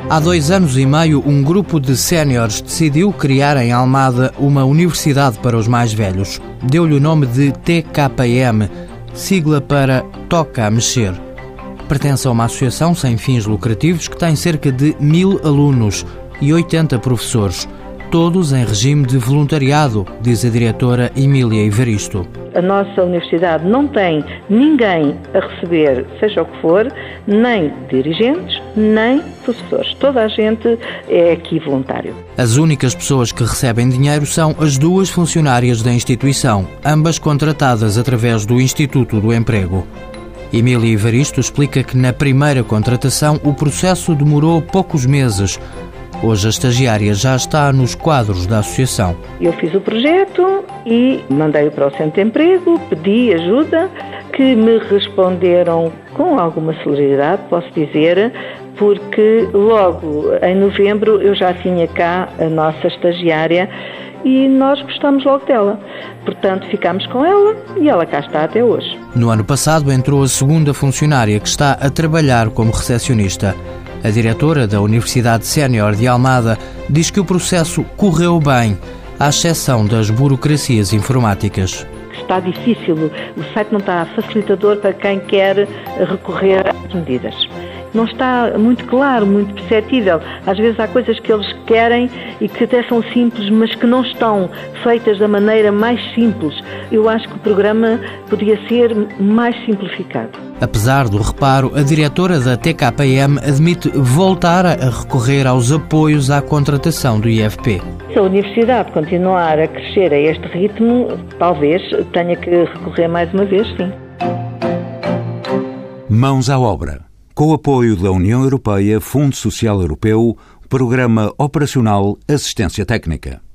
Há 2 anos e meio, um grupo de séniores decidiu criar em Almada uma universidade para os mais velhos. Deu-lhe o nome de TKM, sigla para Toca a Mexer. Pertence a uma associação sem fins lucrativos que tem cerca de 1000 alunos e 80 professores, todos em regime de voluntariado, diz a diretora Emília Evaristo. A nossa universidade não tem ninguém a receber, seja o que for, nem dirigentes, nem professores. Toda a gente é aqui voluntário. As únicas pessoas que recebem dinheiro são as 2 funcionárias da instituição, ambas contratadas através do Instituto do Emprego. Emília Evaristo explica que na primeira contratação o processo demorou poucos meses. Hoje a estagiária já está nos quadros da associação. Eu fiz o projeto e mandei-o para o Centro de Emprego, pedi ajuda, que me responderam com alguma celeridade, posso dizer, porque logo em novembro eu já tinha cá a nossa estagiária e nós gostamos logo dela. Portanto, ficámos com ela e ela cá está até hoje. No ano passado entrou a segunda funcionária que está a trabalhar como recepcionista. A diretora da Universidade Sénior de Almada diz que o processo correu bem, à exceção das burocracias informáticas. Está difícil, o site não está facilitador para quem quer recorrer às medidas. Não está muito claro, muito perceptível. Às vezes há coisas que eles querem e que até são simples, mas que não estão feitas da maneira mais simples. Eu acho que o programa podia ser mais simplificado. Apesar do reparo, a diretora da TKM admite voltar a recorrer aos apoios à contratação do IFP. Se a universidade continuar a crescer a este ritmo, talvez tenha que recorrer mais uma vez, sim. Mãos à obra. Com o apoio da União Europeia, Fundo Social Europeu, Programa Operacional Assistência Técnica.